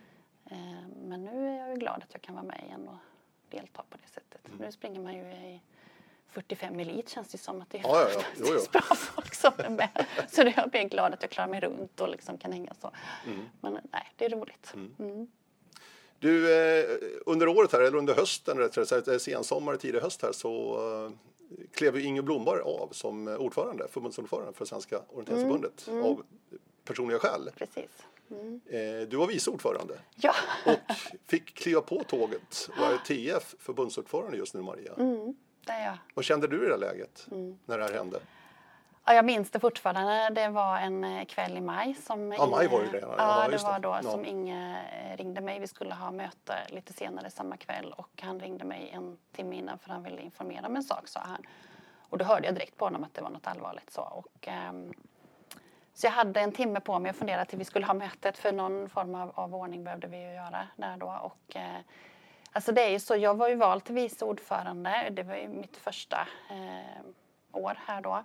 Mm. Men nu är jag ju glad att jag kan vara med igen och delta på det sättet. Mm. Nu springer man ju i fyrtiofem elit känns det som att det är ja, ja, ja. Jo, jo. bra folk som är med. Så det jag blir glad att jag klarar mig runt och liksom kan hänga så. Mm. Men nej, det är roligt. Mm. Mm. Du, eh, under året här, eller under hösten, rättare sagt, sensommar, tidig höst här, så eh, klev Inge Blomberg av som ordförande, förbundsordförande för Svenska orienteringsförbundet mm. Mm. av personliga skäl. Precis. Mm. Eh, du var vice ordförande. Ja. Och fick kliva på tåget och är T F förbundsordförande just nu, Maria. Mm, det är jag. Vad kände du i det läget mm. när det här hände? Ja, jag minns det fortfarande. Det var en kväll i maj. Som ja, Inge, maj var ju det. Ja, ja det var då ja. som Inge ringde mig. Vi skulle ha möte lite senare samma kväll. Och han ringde mig en timme innan för han ville informera om en sak, sa han. Och då hörde jag direkt på honom att det var något allvarligt. Så, och, um, så jag hade en timme på mig att fundera till vi skulle ha mötet. För någon form av, av ordning behövde vi ju göra där då. Och, uh, alltså det är ju så, jag var ju vald till vice ordförande. Det var ju mitt första uh, år här då.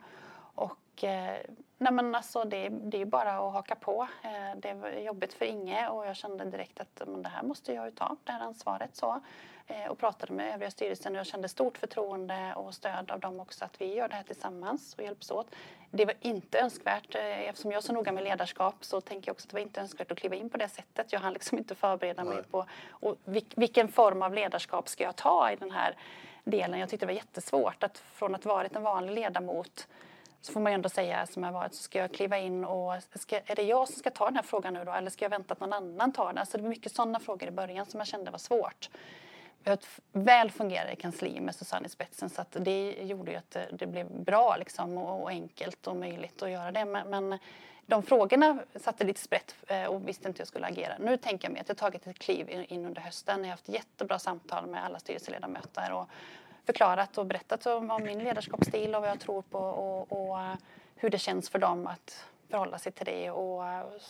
Och eh, nej men alltså det, det är ju bara att haka på. Eh, det var jobbigt för Inge och jag kände direkt att men det här måste jag ju ta, det här ansvaret. Så. Eh, och pratade med övriga styrelsen och jag kände stort förtroende och stöd av dem också att vi gör det här tillsammans och hjälps åt. Det var inte önskvärt, eh, eftersom jag är så noga med ledarskap så tänker jag också att det var inte önskvärt att kliva in på det sättet. Jag hann liksom inte förbereda mig på och vil- vilken form av ledarskap ska jag ta i den här delen. Jag tyckte det var jättesvårt att från att varit en vanlig ledamot så får man ju ändå säga som jag varit så ska jag kliva in och ska, är det jag som ska ta den här frågan nu då eller ska jag vänta att någon annan tar den? Alltså det var mycket sådana frågor i början som jag kände var svårt. Vi har ett väl fungerande kansli med Susanne i spetsen så att det gjorde ju att det, det blev bra liksom och, och enkelt och möjligt att göra det. Men, men de frågorna satte lite sprätt och visste inte hur jag skulle agera. Nu tänker jag mig att jag tagit ett kliv in under hösten. Jag har haft jättebra samtal med alla styrelseledamöter och förklarat och berättat om, om min ledarskapsstil och vad jag tror på och, och hur det känns för dem att förhålla sig till det. Och,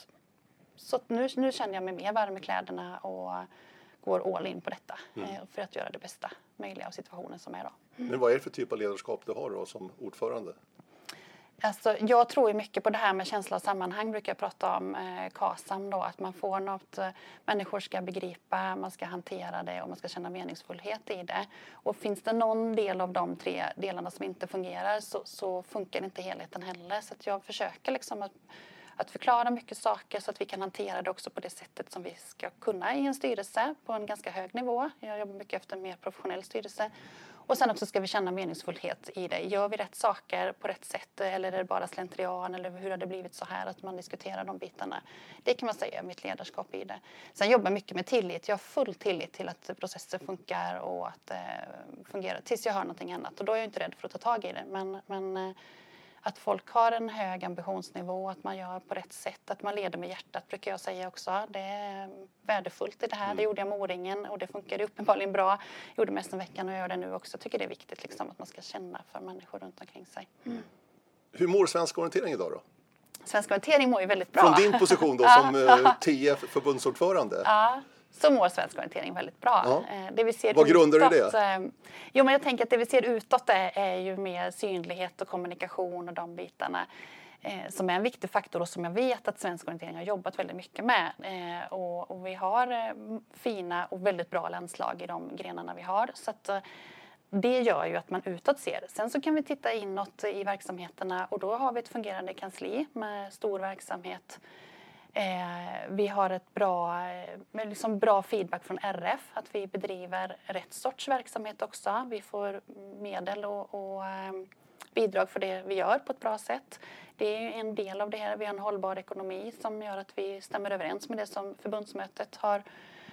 så nu, nu känner jag mig mer varm i kläderna och går all in på detta mm. för att göra det bästa möjliga av situationen som är idag. Mm. Men vad är det för typ av ledarskap du har då som ordförande? Alltså, jag tror ju mycket på det här med känsla och sammanhang brukar jag prata om eh, KASAM då, att man får något eh, människor ska begripa, man ska hantera det och man ska känna meningsfullhet i det. Och finns det någon del av de tre delarna som inte fungerar så, så funkar inte helheten heller. Så att jag försöker liksom att, att förklara mycket saker så att vi kan hantera det också på det sättet som vi ska kunna i en styrelse på en ganska hög nivå. Jag jobbar mycket efter en mer professionell styrelse. Och sen också ska vi känna meningsfullhet i det. Gör vi rätt saker på rätt sätt eller är det bara slentrian eller hur har det blivit så här att man diskuterar de bitarna. Det kan man säga är mitt ledarskap i det. Sen jobbar jag mycket med tillit. Jag har full tillit till att processer funkar och att det eh, fungerar tills jag hör någonting annat. Och då är jag inte rädd för att ta tag i det. Men, men eh, att folk har en hög ambitionsnivå, att man gör på rätt sätt, att man leder med hjärtat brukar jag säga också. Det är värdefullt i det här. Mm. Det gjorde jag med O-ringen och det funkade uppenbarligen bra. Jag gjorde mest en veckan och jag gör det nu också. Jag tycker det är viktigt liksom, att man ska känna för människor runt omkring sig. Mm. Hur mår Svensk Orientering idag då? Svensk Orientering mår ju väldigt bra. Från din position då som eh, T F-förbundsordförande? Ja. Så mår Svensk Orientering väldigt bra. Ja. Det vi ser Vad grundar utåt, du det? Jo, men jag tänker att det vi ser utåt är, är ju mer synlighet och kommunikation och de bitarna eh, som är en viktig faktor och som jag vet att Svensk Orientering har jobbat väldigt mycket med. Eh, och, och vi har eh, fina och väldigt bra landslag i de grenarna vi har. Så att, eh, det gör ju att man utåt ser. Sen så kan vi titta inåt i verksamheterna och då har vi ett fungerande kansli med stor verksamhet. Eh, vi har ett bra, med liksom bra feedback från R F att vi bedriver rätt sorts verksamhet också. Vi får medel och, och eh, bidrag för det vi gör på ett bra sätt. Det är en del av det här. Vi har en hållbar ekonomi som gör att vi stämmer överens med det som förbundsmötet har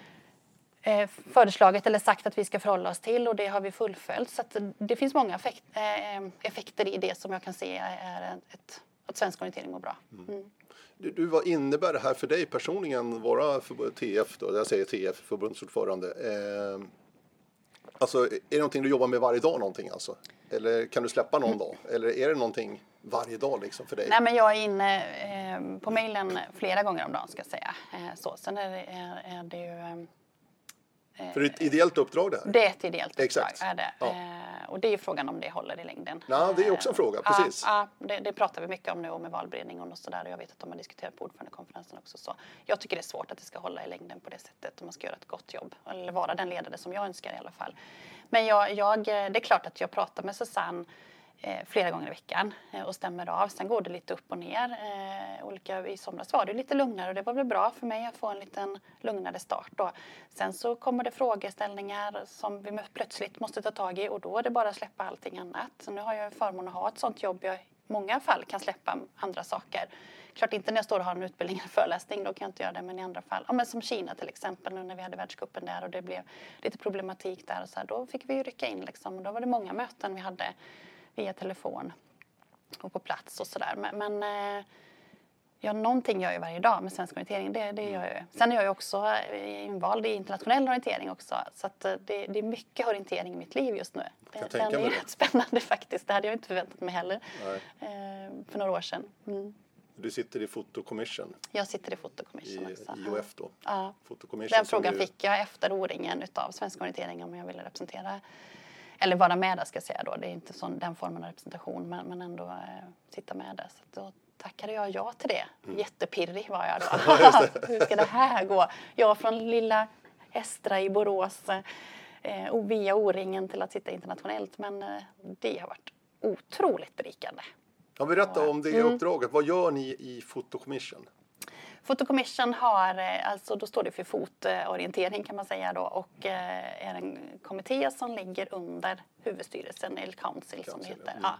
eh, föreslagit eller sagt att vi ska förhålla oss till och det har vi fullföljt. Så att det finns många effekt, eh, effekter i det som jag kan se är ett, att Svensk Orientering mår bra. Mm. Du, du, vad innebär det här för dig personligen vara för T F då? Jag säger T F, förbundsordförande. Eh, alltså, är det någonting du jobbar med varje dag någonting alltså? Eller kan du släppa någon dag? Eller är det någonting varje dag liksom för dig? Nej, men jag är inne eh, på mejlen flera gånger om dagen ska jag säga. Eh, så. Sen är det, är, är det ju... Eh, För det är ett ideellt uppdrag det här? Det är ett ideellt Exakt. uppdrag. Är det. Ja. Eh, och det är ju frågan om det håller i längden. Ja, det är också en fråga, eh, precis. Ja, ja det, det pratar vi mycket om nu och med valberedningen och sådär. Och jag vet att de har diskuterat på ordförandekonferensen också. Så jag tycker det är svårt att det ska hålla i längden på det sättet. Om man ska göra ett gott jobb. Eller vara den ledare som jag önskar i alla fall. Men jag, jag, det är klart att jag pratar med Susanne Eh, flera gånger i veckan eh, och stämmer av. Sen går det lite upp och ner. Eh, olika, I somras var det lite lugnare och det var väl bra för mig att få en liten lugnare start då. Sen så kommer det frågeställningar som vi plötsligt måste ta tag i och då är det bara att släppa allting annat. Så nu har jag förmånen att ha ett sånt jobb jag i många fall kan släppa andra saker. Klart inte när jag står och har en utbildning eller föreläsning, då kan jag inte göra det, men i andra fall. Ja, men som Kina till exempel, nu när vi hade världscupen där och det blev lite problematik där och så här, då fick vi ju rycka in liksom. Och då var det många möten vi hade via telefon och på plats och sådär. Men, men ja, någonting gör jag varje dag med Svensk Orientering, det, det gör jag. Sen är jag ju också invald i internationell orientering också. Så att det, det är mycket orientering i mitt liv just nu. Det, den är rätt spännande faktiskt. Det hade jag inte förväntat mig heller eh, för några år sedan. Mm. Du sitter i Fotokommission. Jag sitter i Fotokommission också. I I O F då. Ja. Den frågan du... fick jag efter O-ringen utav Svensk Orientering om jag ville representera eller vara med där ska jag säga då. Det är inte sån, den formen av representation, men, men ändå eh, sitta med där. Så då tackade jag ja till det. Mm. Jättepirrig var jag då. Hur ska det här gå? Jag från lilla Estra i Borås eh, och via O-ringen till att sitta internationellt. Men eh, det har varit otroligt berikande. Ja, berätta om det mm. uppdraget. Vad gör ni i Fotocommission? Fotocommission har, alltså då står det för fotorientering kan man säga då, och är en kommitté som ligger under huvudstyrelsen, eller council som det heter. Mm. Ja.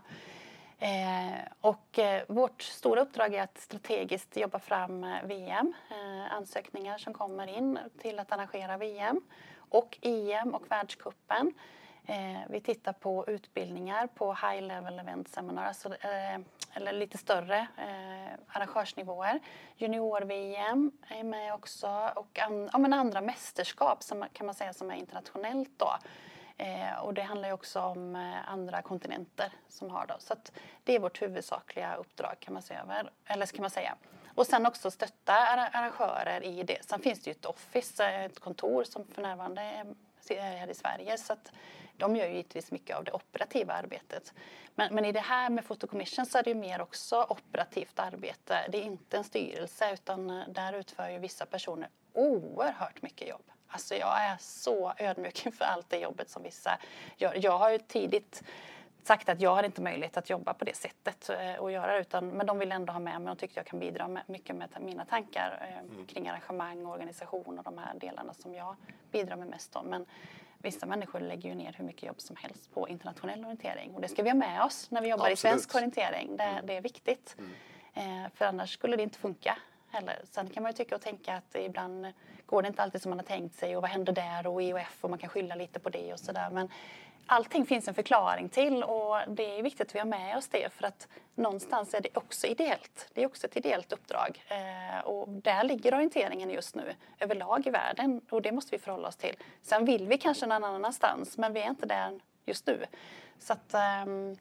Eh, och eh, vårt stora uppdrag är att strategiskt jobba fram V M, eh, ansökningar som kommer in till att arrangera V M och E M och världscupen. Eh, vi tittar på utbildningar på high level event seminar, alltså, eh, eller lite större eh, arrangörsnivåer. Junior-V M är med också, och an, ja, men andra mästerskap som kan man säga som är internationellt då. Eh, och det handlar ju också om eh, andra kontinenter som har då. Så att det är vårt huvudsakliga uppdrag kan man säga. Eller ska man säga. Och sen också stötta arrangörer i det. Sen finns det ju ett office, ett kontor som för närvarande är här i Sverige. Så att de gör ju givetvis mycket av det operativa arbetet. Men, men i det här med Fotocommission så är det ju mer också operativt arbete. Det är inte en styrelse, utan där utför ju vissa personer oerhört mycket jobb. Alltså jag är så ödmjuk inför allt det jobbet som vissa gör. Jag har ju tidigt sagt att jag har inte möjlighet att jobba på det sättet och göra det, utan, men de vill ändå ha med mig och tyckte jag kan bidra med, mycket med mina tankar eh, mm. kring arrangemang och organisation och de här delarna som jag bidrar med mest om. Men vissa människor lägger ju ner hur mycket jobb som helst på internationell orientering, och det ska vi ha med oss när vi jobbar Absolut. I svensk orientering. Det, mm. det är viktigt, mm. eh, för annars skulle det inte funka heller. Sen kan man ju tycka och tänka att ibland går det inte alltid som man har tänkt sig, och vad händer där och E O F, och man kan skylla lite på det och sådär. Men allting finns en förklaring till, och det är viktigt att vi har med oss det, för att någonstans är det också ideellt. Det är också ett ideellt uppdrag, eh, och där ligger orienteringen just nu överlag i världen, och det måste vi förhålla oss till. Sen vill vi kanske någon annanstans, men vi är inte där just nu. Så att, eh,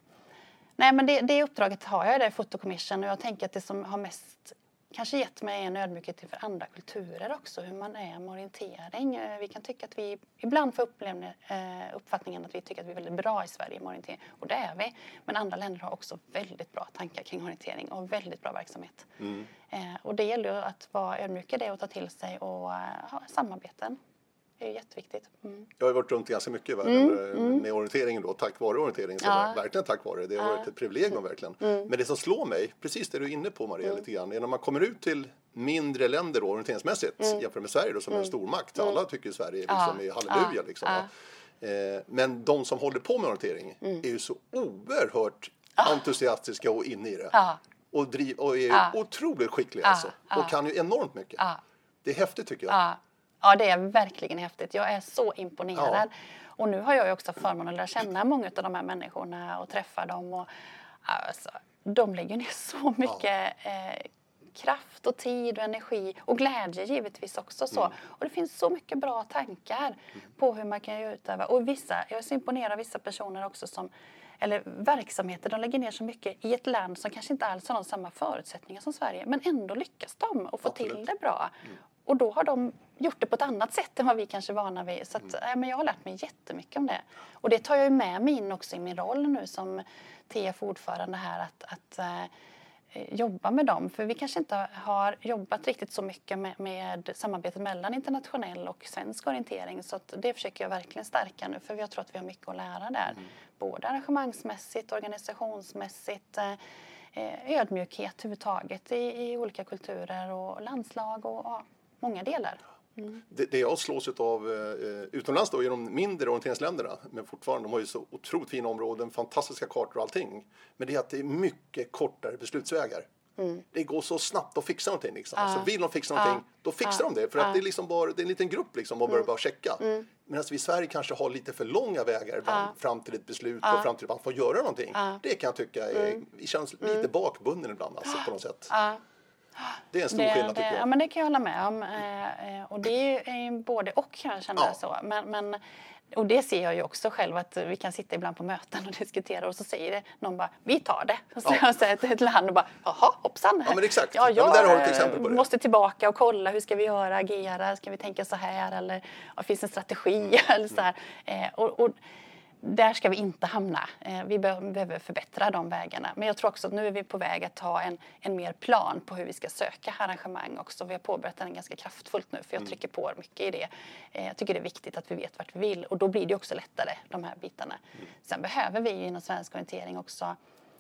nej men det, det uppdraget har jag i det Fotocommission, och jag tänker att det som har mest kanske gett mig en ödmjukhet för andra kulturer också, hur man är med orientering. Vi kan tycka att vi ibland får uppleva uppfattningen att vi tycker att vi är väldigt bra i Sverige med orientering, och det är vi. Men andra länder har också väldigt bra tankar kring orientering och väldigt bra verksamhet. Mm. Och det gäller ju att vara ödmjuk i det och ta till sig och ha samarbeten. Det är jätteviktigt. Mm. Jag har varit runt ganska mycket i världen mm, mm. med orienteringen då, tack vare orienteringen. Så ja. Verkligen tack vare det. Det har ja. varit ett privilegium verkligen. Mm. Men det som slår mig, precis det du är inne på Maria mm. lite grann, är när man kommer ut till mindre länder då, orienteringsmässigt, mm. jämfört med Sverige då, som mm. är en stormakt. Alla tycker Sverige liksom, ja. är halleluja. Ja. Liksom, ja. Eh, men de som håller på med orientering mm. är ju så oerhört ja. entusiastiska och inne i det. Ja. Och, driv, och är ja. otroligt skickliga ja. alltså. Och ja. kan ju enormt mycket. Ja. Det är häftigt tycker jag. Ja. Ja, det är verkligen häftigt. Jag är så imponerad. Ja. Och nu har jag ju också förmånen att lära känna många av de här människorna och träffa dem. Och, alltså, de lägger ner så mycket ja. eh, kraft och tid och energi och glädje givetvis också. Så. Mm. Och det finns så mycket bra tankar mm. på hur man kan utöva. Och vissa, jag är så imponerad av vissa personer också som, eller verksamheter, de lägger ner så mycket i ett land som kanske inte alls har samma förutsättningar som Sverige. Men ändå lyckas de och få Absolut. till det bra. Mm. Och då har de gjort det på ett annat sätt än vad vi kanske är vana vid. Så att, mm. äh, men jag har lärt mig jättemycket om det. Och det tar jag ju med mig in också i min roll nu som T F-ordförande här. Att, att äh, jobba med dem. För vi kanske inte har jobbat riktigt så mycket med, med samarbetet mellan internationell och svensk orientering. Så att det försöker jag verkligen stärka nu. För jag tror att vi har mycket att lära där. Mm. Både arrangemangsmässigt, organisationsmässigt. Äh, ödmjukhet överhuvudtaget i, i olika kulturer och landslag och ja, många delar. Mm. Det, det jag slås av eh, utomlands då, i de mindre orienteringsländerna, men fortfarande, de har ju så otroligt fina områden, fantastiska kartor och allting. Men det är att det är mycket kortare beslutsvägar. Mm. Det går så snabbt att fixa någonting. Liksom. Uh. Så vill de fixa någonting, uh. då fixar uh. de det. För att uh. det är liksom bara det är en liten grupp liksom, och börjar mm. bara checka. Mm. Medan vi i Sverige kanske har lite för långa vägar ibland, uh. fram till ett beslut uh. och fram till att man får göra någonting. Uh. Det kan jag tycka är, mm. vi känns lite mm. bakbunden ibland alltså, på något sätt. Uh. Det är en stor det, skillnad det, tycker jag. Ja, men det kan jag hålla med om. Eh, och det är ju både och kan jag känna ja. så. Men, men, och det ser jag ju också själv att vi kan sitta ibland på möten och diskutera och så säger det någon bara, vi tar det. Och så ja. säger till ett land och bara, jaha, hoppsan. Ja men exakt. Ja, jag ja, men där har du ett exempel på det. Måste tillbaka och kolla, hur ska vi göra, agera, ska vi tänka så här eller ja, finns en strategi mm. eller så här. Eh, och, och, där ska vi inte hamna. Vi behöver förbättra de vägarna. Men jag tror också att nu är vi på väg att ha en, en mer plan på hur vi ska söka arrangemang också. Vi har påbörjat den ganska kraftfullt nu, för jag trycker på mycket i det. Jag tycker det är viktigt att vi vet vart vi vill, och då blir det också lättare, de här bitarna. Sen behöver vi ju inom svensk orientering också.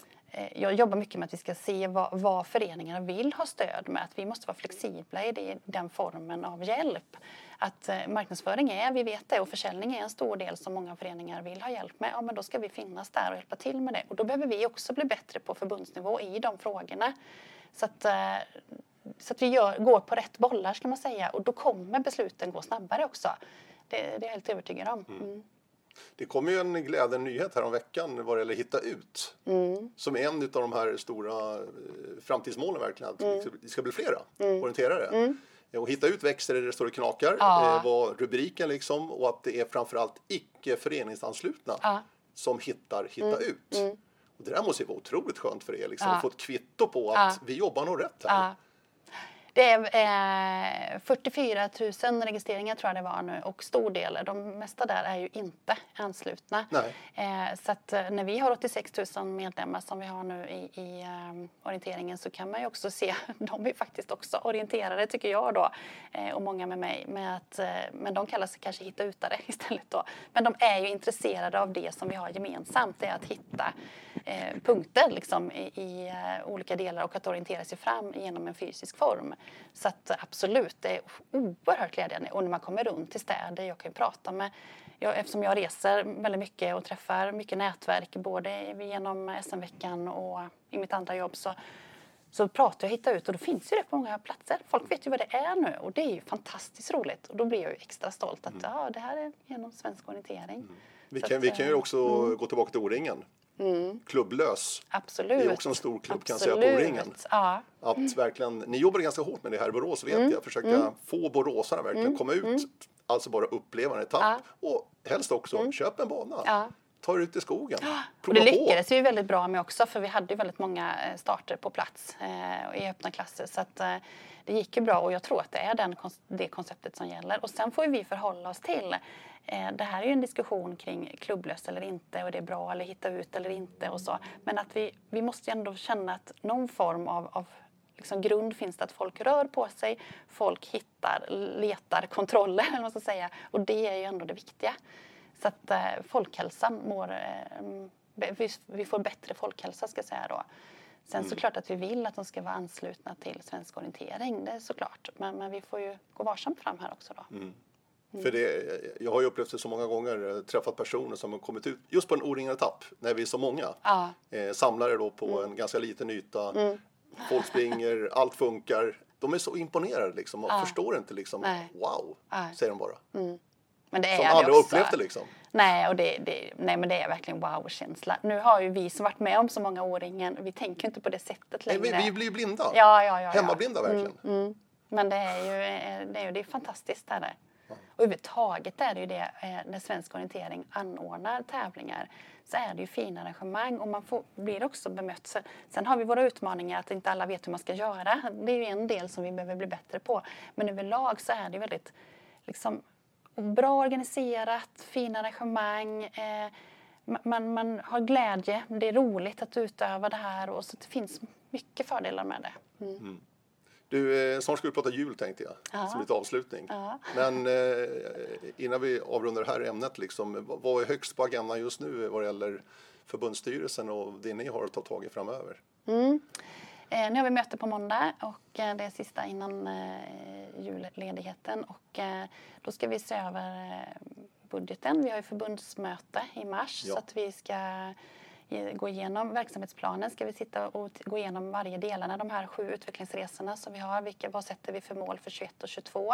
Jag jobbar mycket med att vi ska se vad, vad föreningarna vill ha stöd med. Att vi måste vara flexibla i det, den formen av hjälp. Att eh, marknadsföring är, vi vet det, och försäljning är en stor del som många föreningar vill ha hjälp med. Ja, men då ska vi finnas där och hjälpa till med det. Och då behöver vi också bli bättre på förbundsnivå i de frågorna. Så att, eh, så att vi gör, går på rätt bollar, ska man säga. Och då kommer besluten gå snabbare också. Det, det är jag helt övertygad om. Mm. Det kom ju en glädjande nyhet här om veckan vad det gäller Hitta ut. Mm. Som är en av de här stora framtidsmålen verkligen. Att mm. det ska bli flera mm. orienterare. Mm. Och Hitta ut växer där det står och knakar. Ja. Var rubriken liksom. Och att det är framförallt icke föreningsanslutna ja. som hittar Hitta mm. ut. Mm. Och det där måste ju vara otroligt skönt för er. Liksom, ja. Att få ett kvitto på att ja. vi jobbar nog rätt här. Ja. Det är eh, fyrtiofyra tusen registreringar tror jag det var nu, och stor del, de mesta där är ju inte anslutna. Eh, så att när vi har åttiosex tusen medlemmar som vi har nu i, i um, orienteringen, så kan man ju också se, de är faktiskt också orienterade tycker jag då, eh, och många med mig, med att, eh, men de kallar sig kanske hitta utare istället då. Men de är ju intresserade av det som vi har gemensamt, det är att hitta eh, punkter liksom, i, i uh, olika delar, och att orientera sig fram genom en fysisk form. Så att absolut, det är oerhört glädjande. Och när man kommer runt till städer, jag kan ju prata med, jag, eftersom jag reser väldigt mycket och träffar mycket nätverk, både genom S M-veckan och i mitt andra jobb, så, så pratar jag Hitta ut, och då finns ju det på många platser. Folk vet ju vad det är nu, och det är ju fantastiskt roligt. Och då blir jag ju extra stolt att mm. ja, det här är genom svensk orientering. Mm. Vi, kan, att, vi kan ju också mm. gå tillbaka till O-ringen. Mm. Klubblös. Absolut. Det är också en stor klubb kan jag säga på O-ringen. Ja. Att mm. verkligen, ni jobbar ganska hårt med det här i Borås vet mm. jag. Försöka mm. få boråsarna verkligen mm. komma ut. Mm. Alltså bara uppleva en etapp. Ja. Och helst också mm. köp en bana. Ja. Ta er ut i skogen. Ja. Och det lyckades ju väldigt bra med också. För vi hade ju väldigt många starter på plats eh, i öppna klasser. Så att eh, det gick ju bra. Och jag tror att det är den, det konceptet som gäller. Och sen får vi förhålla oss till. Det här är ju en diskussion kring klubblös eller inte, och det är bra eller hitta ut eller inte och så. Men att vi, vi måste ju ändå känna att någon form av, av liksom grund finns det, att folk rör på sig, folk hittar, letar kontroller eller vad man ska säga. Och det är ju ändå det viktiga. Så att eh, folkhälsan mår, eh, vi, vi får bättre folkhälsa ska jag säga då. Sen mm. såklart att vi vill att de ska vara anslutna till svensk orientering, det är såklart. Men, men vi får ju gå varsamt fram här också då. Mm. Mm. För det, jag har ju upplevt det så många gånger, träffat personer som har kommit ut just på en O-ringen etapp när vi är så många. Ah. Eh, samlare då på mm. en ganska liten yta. Mm. Folk springer, allt funkar. De är så imponerade liksom och ah. förstår inte liksom, nej. wow, ah. säger de bara. Mm. Men det är som aldrig upplevt det liksom. Nej, och det, det, nej, men det är verkligen wow-känsla. Nu har ju vi som varit med om så många O-ringen, vi tänker inte på det sättet längre. Nej, vi, vi blir blinda. Ja, ja, ja, hemmablinda ja. verkligen. Mm, mm. Men det är ju det är, det är fantastiskt där det. Och överhuvudtaget är det ju det, när svensk orientering anordnar tävlingar, så är det ju fina arrangemang och man får, blir också bemött. Sen, sen har vi våra utmaningar att inte alla vet hur man ska göra. Det är ju en del som vi behöver bli bättre på. Men överlag så är det väldigt liksom, bra organiserat, fina arrangemang. Eh, man, man har glädje, det är roligt att utöva det här och så det finns mycket fördelar med det. Mm. Mm. Du, eh, snart ska vi prata jul tänkte jag, ja. som lite avslutning. Ja. Men eh, innan vi avrundar det här ämnet, liksom, vad är högst på agendan just nu vad det gäller förbundsstyrelsen och det ni har att ta tag i framöver? Mm. Eh, nu har vi möte på måndag och eh, det är sista innan eh, julledigheten och eh, då ska vi se över eh, budgeten. Vi har ju förbundsmöte i mars ja. så att vi ska gå igenom verksamhetsplanen, ska vi sitta och gå igenom varje delarna, de här sju utvecklingsresorna som vi har, vilka, vad sätter vi för mål för tjugoett och tjugotvå?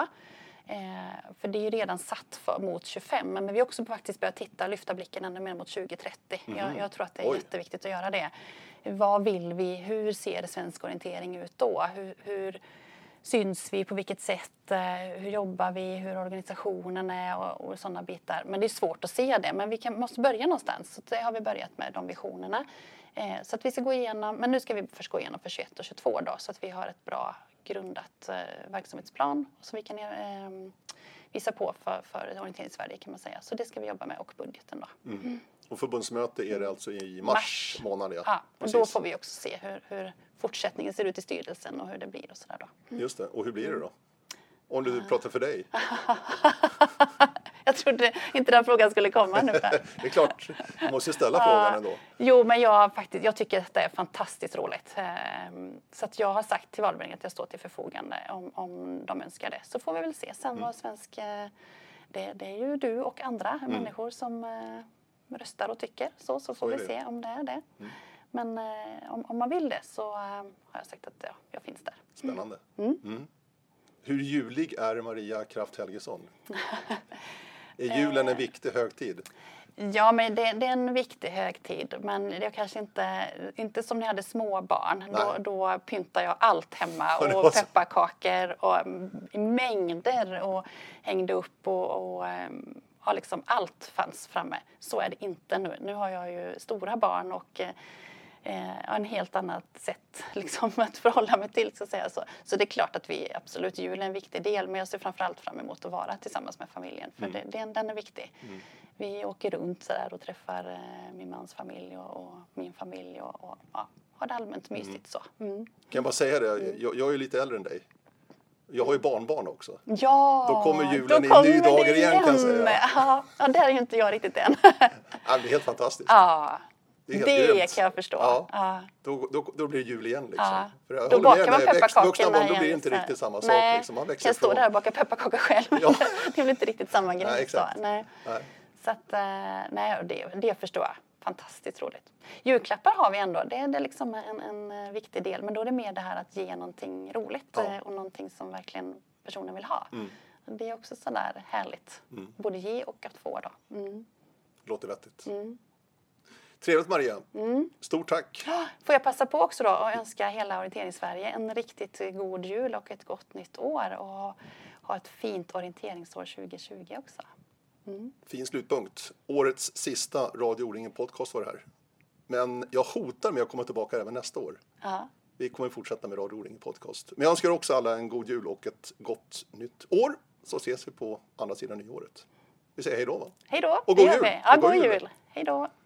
Eh, för det är ju redan satt för, mot tjugofem, men vi har också faktiskt börjat titta och lyfta blicken ännu mer mot tjugo trettio. Mm. Jag, jag tror att det är Oj. jätteviktigt att göra det. Vad vill vi? Hur ser svensk orientering ut då? Hur, hur syns vi? På vilket sätt? Hur jobbar vi? Hur organisationen är och, och sådana bitar. Men det är svårt att se det. Men vi kan, måste börja någonstans. Så det har vi börjat med, de visionerna. Eh, så att vi ska gå igenom, men nu ska vi först gå igenom för tjugoett och tjugotvå då. Så att vi har ett bra grundat eh, verksamhetsplan. Som vi kan eh, visa på för, för orientering i Sverige kan man säga. Så det ska vi jobba med och budgeten då. Mm. Och förbundsmöte är det alltså i mars, Mars. månad. Ja, Ja, och precis. då får vi också se hur, hur fortsättningen ser ut i styrelsen och hur det blir och sådär då. Mm. Just det, och hur blir det då? Om du pratar för dig. Jag trodde inte den frågan skulle komma nu. Det är klart, du måste ju ställa frågan ändå. Jo, men jag, faktiskt, jag tycker att det är fantastiskt roligt. Så att jag har sagt till valberedningen att jag står till förfogande om, om de önskar det. Så får vi väl se sen mm. vad svensk... Det, det är ju du och andra mm. människor som eh, röstar och tycker. Så, så får så vi det. se om det är det. Mm. Men eh, om, om man vill det så eh, har jag sagt att ja, jag finns där. Spännande. Mm. Mm. Hur julig är Maria Kraft Helgesson? Är julen en viktig högtid? Ja, men det, det är en viktig högtid. Men det är kanske inte, inte som när jag hade små barn. Då, då pyntar jag allt hemma. Och pepparkakor och mängder. Och hängde upp och, och ja, liksom allt fanns framme. Så är det inte nu. Nu har jag ju stora barn och eh, en helt annat sätt liksom, att förhålla mig till. Så, att säga. Så, så det är klart att vi absolut, julen är en viktig del. Men jag ser framförallt fram emot att vara tillsammans med familjen. För mm. det, det, den är viktig. Mm. Vi åker runt så där och träffar eh, min mans familj och, och min familj och, och ja, har det allmänt mysigt mm. så. Mm. Kan jag bara säga det, jag, jag är ju lite äldre än dig. Jag har ju barnbarn också. Ja, då kommer julen i ny dagar igen kan jag säga. Ja, ja, där är ju inte jag riktigt än. Ja, det är helt fantastiskt. Ja, det, är det helt kan jag förstå. Ja, ja. Då, då, då blir det jul igen liksom. Ja. För jag då bakar man pepparkakorna vuxna barn, igen. Då blir det inte riktigt samma sak. Nej, liksom. Man växer kan jag stå från... där och baka pepparkakor själv. Ja. Det blir inte riktigt samma grej. Nej, exakt. Så, nej. Nej. Så att, nej, det, det förstår jag. Fantastiskt roligt. Julklappar har vi ändå. Det är, det är liksom en, en viktig del. Men då är det mer det här att ge någonting roligt. Ja. Och någonting som verkligen personen vill ha. Mm. Det är också sådär härligt. Mm. Både ge och att få då. Mm. Låter vettigt. Mm. Trevligt Maria. Mm. Stort tack. Får jag passa på också då och önska hela Orienteringssverige en riktigt god jul och ett gott nytt år. Och ha ett fint orienteringsår tjugo tjugo också. Mm. Fin slutpunkt. Årets sista Radio O-ringen podcast var det här. Men jag hotar med att komma tillbaka även nästa år. Ja. Vi kommer fortsätta med Radio O-ringen podcast. Men jag önskar också alla en god jul och ett gott nytt år. Så ses vi på andra sidan nyåret. Vi säger hej då va? Hej då, och det god gör jul. vi. Ja, och god jul. jul. Hej då.